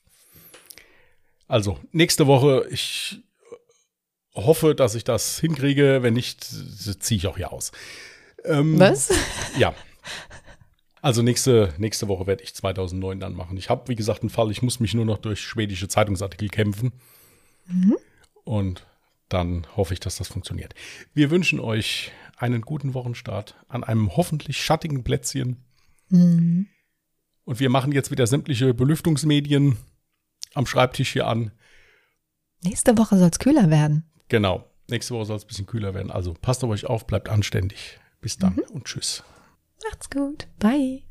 Also, nächste Woche, ich hoffe, dass ich das hinkriege. Wenn nicht, ziehe ich auch hier aus. Ähm, Was? Ja. Also nächste, nächste Woche werde ich zweitausendneun dann machen. Ich habe, wie gesagt, einen Fall, ich muss mich nur noch durch schwedische Zeitungsartikel kämpfen. Mhm. Und dann hoffe ich, dass das funktioniert. Wir wünschen euch einen guten Wochenstart an einem hoffentlich schattigen Plätzchen. Mhm. Und wir machen jetzt wieder sämtliche Belüftungsmedien am Schreibtisch hier an. Nächste Woche soll es kühler werden. Genau. Nächste Woche soll es ein bisschen kühler werden. Also passt auf euch auf, bleibt anständig. Bis dann mhm. und tschüss. Macht's gut. Bye.